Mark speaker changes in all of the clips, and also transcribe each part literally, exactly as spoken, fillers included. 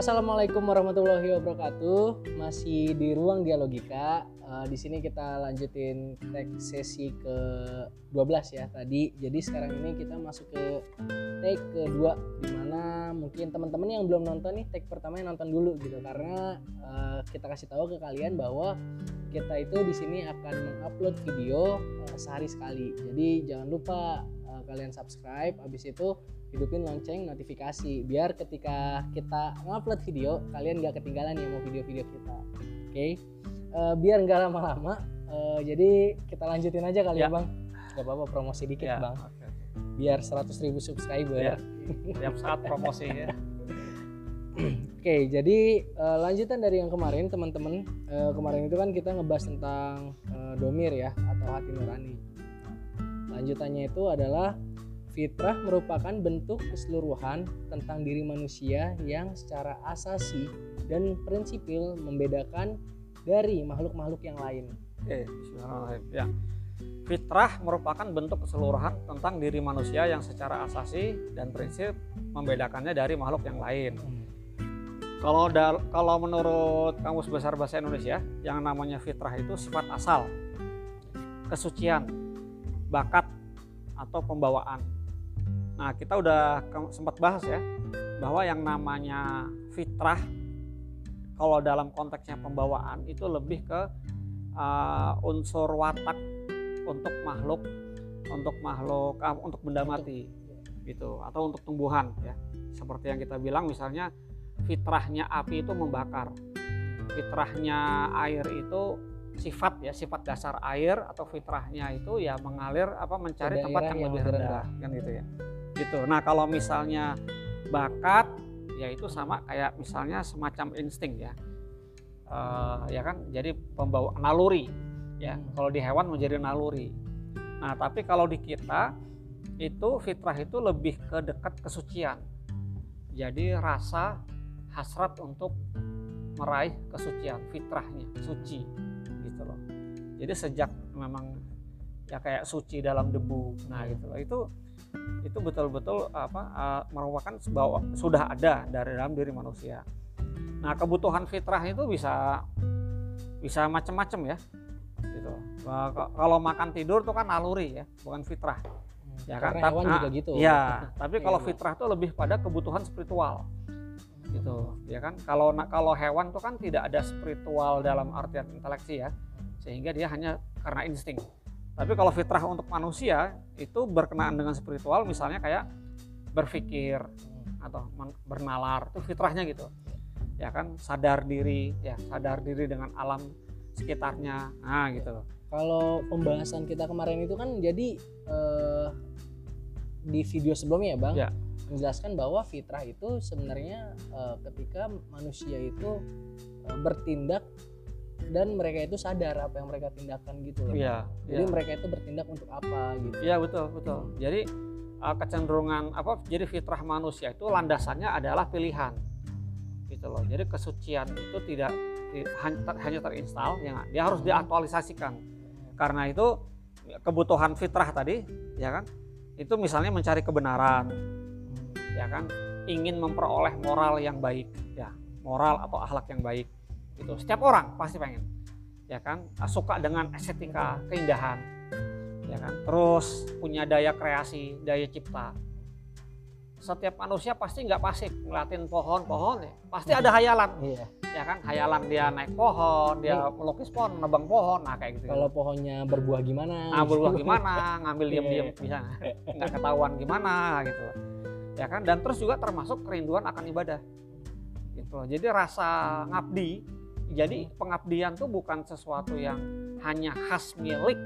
Speaker 1: Assalamualaikum warahmatullahi wabarakatuh. Masih di ruang dialogika. Uh, di sini kita lanjutin tag sesi ke dua belas ya tadi. Jadi sekarang ini kita masuk ke tag kedua, dimana mungkin teman-teman yang belum nonton nih tag pertama yang nonton dulu gitu, karena uh, kita kasih tahu ke kalian bahwa kita itu di sini akan mengupload video uh, sehari sekali. Jadi jangan lupa uh, kalian subscribe, habis itu hidupin lonceng notifikasi biar ketika kita ngupload video kalian gak ketinggalan ya mau video-video kita. Oke, okay? uh, biar nggak lama-lama, uh, jadi kita lanjutin aja kali ya, ya Bang. Gak apa-apa, promosi dikit ya, Bang. Okay. Biar seratus ribu subscriber. Ya.
Speaker 2: Tiap saat promosi ya.
Speaker 1: Oke, okay, jadi uh, lanjutan dari yang kemarin teman-teman. Uh, kemarin itu kan kita ngebahas tentang uh, domir ya atau hati nurani. Lanjutannya itu adalah fitrah merupakan bentuk keseluruhan tentang diri manusia yang secara asasi dan prinsipil membedakan dari makhluk-makhluk yang lain.
Speaker 2: Oke, bismillahirrahmanirrahim. Ya. Fitrah merupakan bentuk keseluruhan tentang diri manusia yang secara asasi dan prinsip membedakannya dari makhluk yang lain. Hmm. Kalau da- kalau menurut Kamus Besar Bahasa Indonesia, yang namanya fitrah itu sifat asal, kesucian, bakat atau pembawaan. Nah, kita udah sempat bahas ya bahwa yang namanya fitrah kalau dalam konteksnya pembawaan itu lebih ke uh, unsur watak untuk makhluk, untuk makhluk, uh, untuk benda mati gitu, atau untuk tumbuhan ya. Seperti yang kita bilang misalnya fitrahnya api itu membakar, fitrahnya air itu sifat ya, sifat dasar air, atau fitrahnya itu ya mengalir apa mencari tempat yang, yang lebih rendah kan gitu ya. Gitu. Nah, kalau misalnya bakat ya itu sama kayak misalnya semacam insting ya. Uh, ya kan, jadi pembawa naluri ya. Hmm. Kalau di hewan menjadi naluri. Nah, tapi kalau di kita itu fitrah itu lebih ke dekat kesucian. Jadi rasa hasrat untuk meraih kesucian, fitrahnya suci gitu loh. Jadi sejak memang ya kayak suci dalam debu. Nah, gitu loh. Itu itu betul-betul apa uh, merupakan bahwa sudah ada dari dalam diri manusia. Nah, kebutuhan fitrah itu bisa bisa macam-macam ya gitu. Uh, kalau makan tidur tuh kan naluri ya, bukan fitrah.
Speaker 1: Hmm,
Speaker 2: ya kan,
Speaker 1: hewan juga gitu.
Speaker 2: Ya, tapi kalau fitrah itu lebih pada kebutuhan spiritual gitu ya kan. Kalau kalau hewan tuh kan tidak ada spiritual dalam artian inteleksi ya, sehingga dia hanya karena insting. Tapi kalau fitrah untuk manusia itu berkenaan dengan spiritual, misalnya kayak berpikir atau bernalar, itu fitrahnya gitu. Ya kan, sadar diri, ya sadar diri dengan alam sekitarnya. Nah, gitu.
Speaker 1: Kalau pembahasan kita kemarin itu kan jadi eh, di video sebelumnya ya, Bang. Ya. Menjelaskan bahwa fitrah itu sebenarnya eh, ketika manusia itu eh, bertindak dan mereka itu sadar apa yang mereka tindakan gitu loh. Iya, jadi iya. Mereka itu bertindak untuk apa gitu.
Speaker 2: Iya, betul, betul. Jadi uh, kecenderungan apa? Jadi fitrah manusia itu landasannya adalah pilihan. Gitu loh. Jadi kesucian itu tidak hanya terinstal, ya, dia harus diaktualisasikan. Karena itu kebutuhan fitrah tadi, ya kan? Itu misalnya mencari kebenaran. Ya kan? Ingin memperoleh moral yang baik, ya. Moral atau akhlak yang baik. Gitu. Setiap orang pasti pengen, ya kan, suka dengan estetika keindahan, ya kan, terus punya daya kreasi, daya cipta. Setiap manusia pasti nggak pasif ngeliatin pohon-pohon ya, pasti ada hayalan, iya. Ya kan, hayalan dia naik pohon, dia melukis pohon, nebang pohon, nah kayak gitu.
Speaker 1: Kalau pohonnya berbuah gimana?
Speaker 2: Nah, berbuah gimana, ngambil diam-diam bisa nggak ketahuan gimana gitu, ya kan, dan terus juga termasuk kerinduan akan ibadah, gitu. Jadi rasa ngabdi. Jadi pengabdian itu bukan sesuatu yang hanya khas milik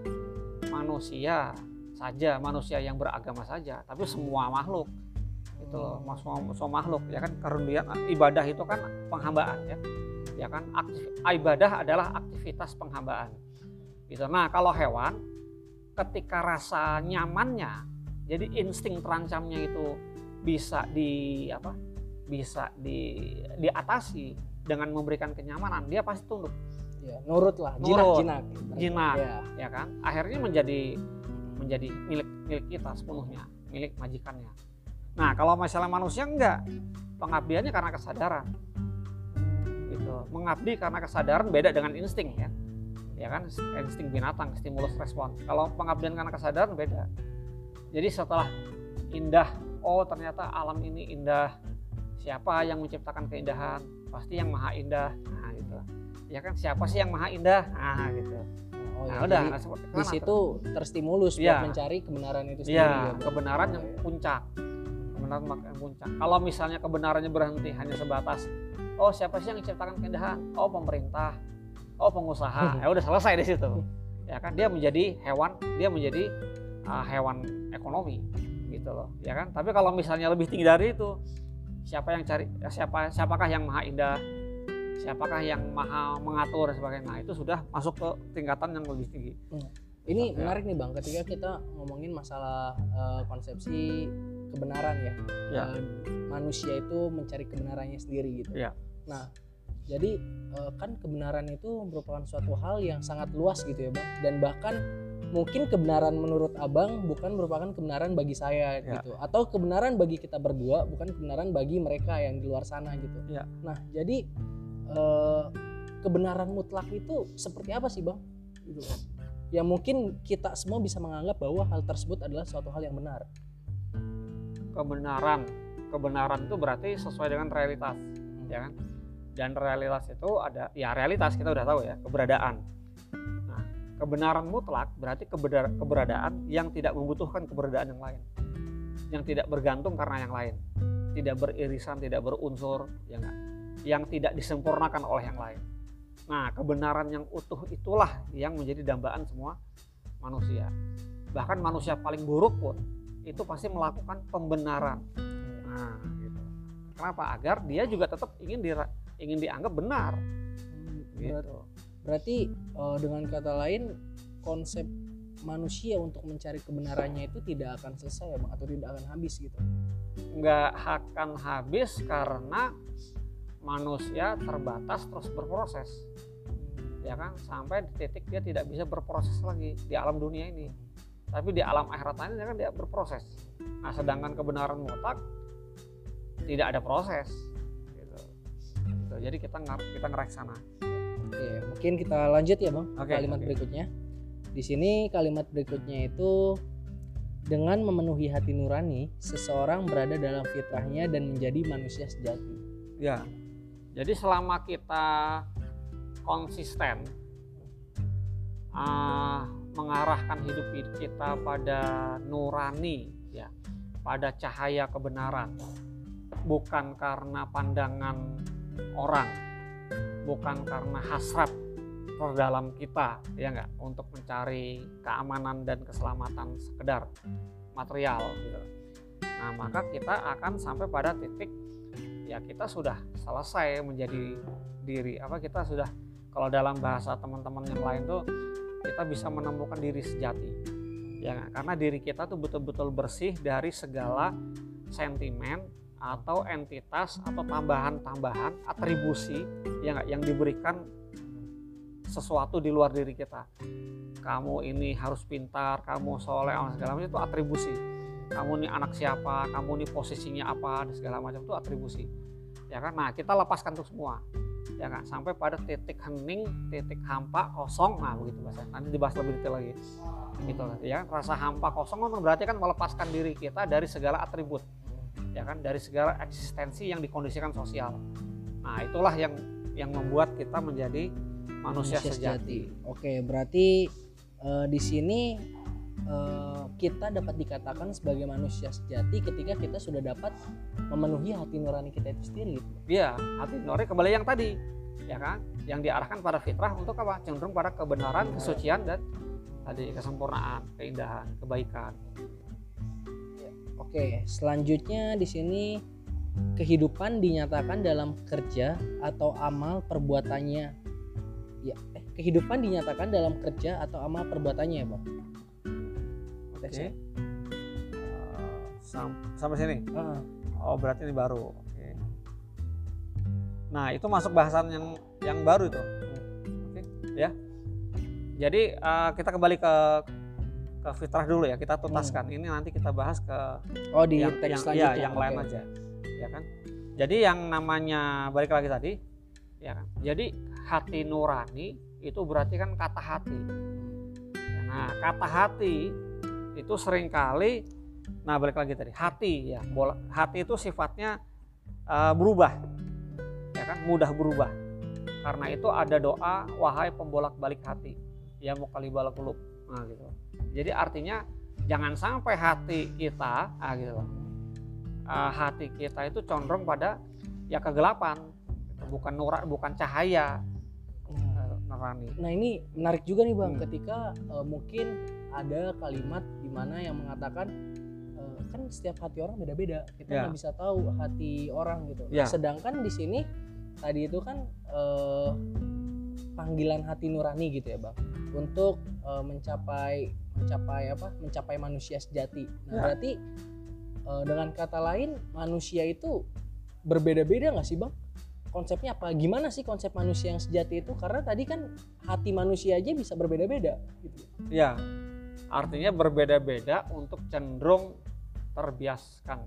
Speaker 2: manusia saja, manusia yang beragama saja, tapi semua makhluk. Itu loh, semua, semua makhluk ya kan. Kerinduan ibadah itu kan penghambaan ya. Ya kan, aktif, ibadah adalah aktivitas penghambaan. Gitu. Nah, kalau hewan ketika rasa nyamannya, jadi insting terancamnya itu bisa di apa? Bisa di diatasi dengan memberikan kenyamanan, dia pasti tunduk.
Speaker 1: Ya, nurut lah, jinak-jinak.
Speaker 2: Jinak, ya. Ya kan? Akhirnya menjadi menjadi milik milik kita sepenuhnya, milik majikannya. Nah, kalau masalah manusia enggak, pengabdiannya karena kesadaran. Gitu. Mengabdi karena kesadaran beda dengan insting ya. Ya kan, insting binatang, stimulus respon. Kalau pengabdian karena kesadaran beda. Jadi setelah indah, oh ternyata alam ini indah. Siapa yang menciptakan keindahan? Pasti yang maha indah. Nah, gitu. Ya kan, siapa sih yang maha indah? Nah, gitu.
Speaker 1: Oh,
Speaker 2: Nah,
Speaker 1: ya,
Speaker 2: udah
Speaker 1: jadi di situ terstimulus
Speaker 2: ya,
Speaker 1: buat mencari kebenaran itu sendiri.
Speaker 2: Ya,
Speaker 1: ya,
Speaker 2: kebenaran yang puncak. Kebenaran yang puncak. Kalau misalnya kebenarannya berhenti hanya sebatas, oh siapa sih yang menciptakan keindahan? Oh pemerintah, oh pengusaha. Ya udah selesai di situ. Ya kan, dia menjadi hewan, dia menjadi uh, hewan ekonomi, gitu loh. Ya kan. Tapi kalau misalnya lebih tinggi dari itu, siapa yang cari? Siapa? Siapakah yang maha indah? Siapakah yang maha mengatur dan sebagainya? Nah, itu sudah masuk ke tingkatan yang lebih tinggi.
Speaker 1: Hmm. Ini ya. Menarik nih Bang, ketika kita ngomongin masalah uh, konsepsi kebenaran ya, ya. Uh, manusia itu mencari kebenarannya sendiri gitu.
Speaker 2: Ya.
Speaker 1: Nah, jadi uh, kan kebenaran itu merupakan suatu hal yang sangat luas gitu ya Bang, dan bahkan mungkin kebenaran menurut Abang bukan merupakan kebenaran bagi saya ya. Gitu, atau kebenaran bagi kita berdua bukan kebenaran bagi mereka yang di luar sana gitu.
Speaker 2: Ya.
Speaker 1: Nah, jadi uh, kebenaran mutlak itu seperti apa sih Bang? Gitu. Ya mungkin kita semua bisa menganggap bahwa hal tersebut adalah suatu hal yang benar.
Speaker 2: Kebenaran, kebenaran itu berarti sesuai dengan realitas, hmm. ya kan? Dan realitas itu ada, ya realitas kita udah tahu ya, keberadaan. Nah, kebenaran mutlak berarti keberadaan yang tidak membutuhkan keberadaan yang lain, yang tidak bergantung karena yang lain, tidak beririsan, tidak berunsur, ya enggak? Yang tidak disempurnakan oleh yang lain. Nah, kebenaran yang utuh itulah yang menjadi dambaan semua manusia. Bahkan manusia paling buruk pun itu pasti melakukan pembenaran. Nah, gitu. Kenapa? Agar dia juga tetap ingin di, ingin dianggap benar. Gitu.
Speaker 1: Berarti uh, dengan kata lain, konsep manusia untuk mencari kebenarannya itu tidak akan selesai ya Bang, atau tidak akan habis gitu?
Speaker 2: Nggak akan habis karena manusia terbatas terus berproses, ya kan, sampai di titik dia tidak bisa berproses lagi di alam dunia ini, tapi di alam akhirat lainnya kan dia berproses. Nah, sedangkan kebenaran mutlak tidak ada proses, gitu. Gitu. Jadi kita kita ngerak sana.
Speaker 1: Oke, mungkin kita lanjut ya Bang, okay, kalimat okay. berikutnya. Di sini kalimat berikutnya itu, dengan memenuhi hati nurani, seseorang berada dalam fitrahnya dan menjadi manusia sejati.
Speaker 2: Ya. Jadi selama kita konsisten uh, mengarahkan hidup kita pada nurani, ya, pada cahaya kebenaran, bukan karena pandangan orang, bukan karena hasrat terdalam kita, ya enggak, untuk mencari keamanan dan keselamatan sekedar material, gitu. Nah, maka kita akan sampai pada titik, ya kita sudah selesai menjadi diri, apa kita sudah, kalau dalam bahasa teman-teman yang lain tuh, kita bisa menemukan diri sejati, ya gak? Karena diri kita tuh betul-betul bersih dari segala sentimen atau entitas atau tambahan-tambahan atribusi, ya gak, yang diberikan sesuatu di luar diri kita. Kamu ini harus pintar, kamu soleh, segala macam itu atribusi. Kamu nih anak siapa, kamu nih posisinya apa, dan segala macam itu atribusi, ya kan. Nah, kita lepaskan itu semua, ya kan, sampai pada titik hening, titik hampa, kosong. Nah, begitu bahasa. Nanti dibahas lebih detail lagi, gitu ya. Rasa hampa kosong berarti kan melepaskan diri kita dari segala atribut, ya kan, dari segala eksistensi yang dikondisikan sosial. Nah, itulah yang yang membuat kita menjadi manusia, manusia sejati.
Speaker 1: sejati. Oke, berarti uh, di sini Uh, kita dapat dikatakan sebagai manusia sejati ketika kita sudah dapat memenuhi hati nurani kita itu sendiri.
Speaker 2: Iya, hati nurani kembali yang tadi, ya kan, yang diarahkan pada fitrah untuk apa? Cenderung pada kebenaran, kesucian, dan tadi kesempurnaan, keindahan, kebaikan.
Speaker 1: Oke, selanjutnya di sini kehidupan dinyatakan dalam kerja atau amal perbuatannya. Ya, eh, kehidupan dinyatakan dalam kerja atau amal perbuatannya ya Bang.
Speaker 2: Oke, okay. uh, sam sampai sini.
Speaker 1: Uh.
Speaker 2: Oh, berarti ini baru. Oke. Okay. Nah, itu masuk bahasan yang yang baru itu. Oke, okay. Ya. Jadi uh, kita kembali ke ke fitrah dulu ya, kita tuntaskan. Hmm. Ini nanti kita bahas ke
Speaker 1: oh di
Speaker 2: yang,
Speaker 1: teks
Speaker 2: yang,
Speaker 1: selanjutnya.
Speaker 2: Ya, yang okay. lain aja, ya kan. Jadi yang namanya balik lagi tadi, ya kan. Jadi hati nurani itu berarti kan kata hati. Nah, kata hati itu seringkali, nah balik lagi tadi, hati ya, bola, hati itu sifatnya uh, berubah, ya kan, mudah berubah. Karena itu ada doa, wahai pembolak-balik hati, ya muqallibal qulub. Nah gitu. Jadi artinya jangan sampai hati kita, ah gitu loh, uh, hati kita itu condong pada ya kegelapan, bukan nura, bukan cahaya uh, nurani.
Speaker 1: Nah ini menarik juga nih Bang, hmm. ketika uh, mungkin ada kalimat di mana yang mengatakan uh, kan setiap hati orang beda-beda, kita nggak yeah. bisa tahu hati orang gitu. Yeah. Sedangkan di sini tadi itu kan uh, panggilan hati nurani gitu ya Bang, untuk uh, mencapai mencapai apa? Mencapai manusia sejati. Nah ya. Berarti uh, dengan kata lain manusia itu berbeda-beda nggak sih Bang? Konsepnya apa? Gimana sih konsep manusia yang sejati itu? Karena tadi kan hati manusia aja bisa berbeda-beda. Gitu.
Speaker 2: Ya, artinya berbeda-beda untuk cenderung terbiaskan.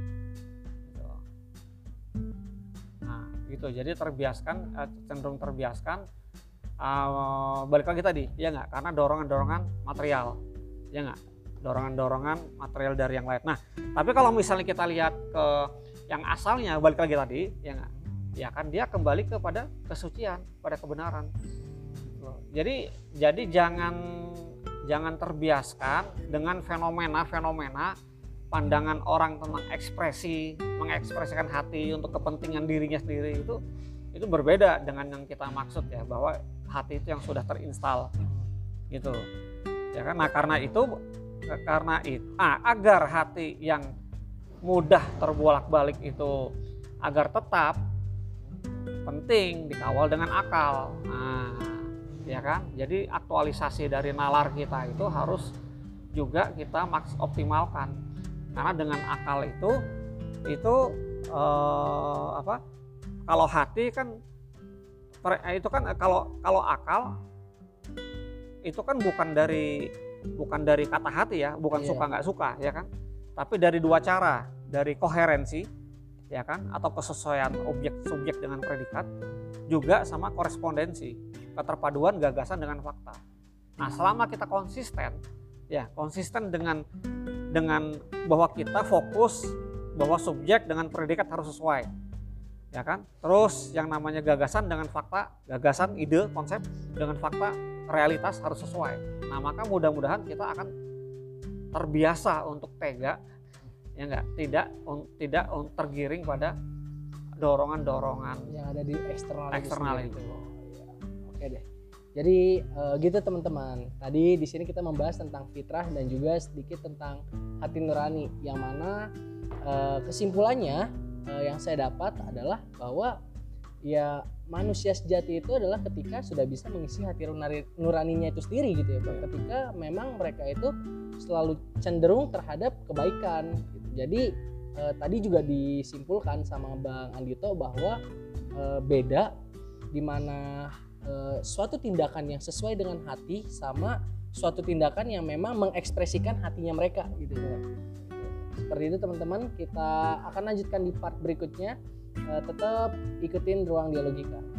Speaker 2: Gitu. Jadi terbiaskan, cenderung terbiaskan, uh, balik lagi tadi, ya nggak? Karena dorongan-dorongan material, ya nggak? Dorongan-dorongan material dari yang lain. Nah, tapi kalau misalnya kita lihat ke yang asalnya, balik lagi tadi, ya nggak? Ya kan dia kembali kepada kesucian, pada kebenaran. Jadi, jadi jangan jangan terbiaskan dengan fenomena-fenomena pandangan orang tentang ekspresi, mengekspresikan hati untuk kepentingan dirinya sendiri, itu itu berbeda dengan yang kita maksud ya, bahwa hati itu yang sudah terinstal gitu ya kan. Nah karena itu karena itu ah, agar hati yang mudah terbolak-balik itu agar tetap penting dikawal dengan akal. Nah ya kan, jadi aktualisasi dari nalar kita itu harus juga kita maks optimalkan. Karena dengan akal itu itu eh, apa? Kalau hati kan itu kan kalau kalau akal itu kan bukan dari bukan dari kata hati ya, bukan yeah. suka nggak suka ya kan, tapi dari dua cara, dari koherensi ya kan, atau kesesuaian objek subjek dengan predikat, juga sama korespondensi, keterpaduan gagasan dengan fakta. Nah selama kita konsisten ya, konsisten dengan dengan bahwa kita fokus bahwa subjek dengan predikat harus sesuai ya kan, terus yang namanya gagasan dengan fakta, gagasan, ide, konsep dengan fakta, realitas harus sesuai. Nah maka mudah-mudahan kita akan terbiasa untuk tega ya enggak, tidak un, tidak un, tergiring pada dorongan-dorongan
Speaker 1: yang ada di eksternal
Speaker 2: eksternal itu.
Speaker 1: itu. Oke deh. Jadi uh, gitu teman-teman. Tadi di sini kita membahas tentang fitrah dan juga sedikit tentang hati nurani, yang mana uh, kesimpulannya uh, yang saya dapat adalah bahwa ya manusia sejati itu adalah ketika sudah bisa mengisi hati nuraninya itu sendiri gitu ya Bang. Ketika memang mereka itu selalu cenderung terhadap kebaikan gitu. Jadi uh, tadi juga disimpulkan sama Bang Andito bahwa uh, beda di mana Uh, suatu tindakan yang sesuai dengan hati sama suatu tindakan yang memang mengekspresikan hatinya mereka gitu ya. Seperti itu teman-teman, kita akan lanjutkan di part berikutnya. Uh, tetap ikutin Ruang Dialogika.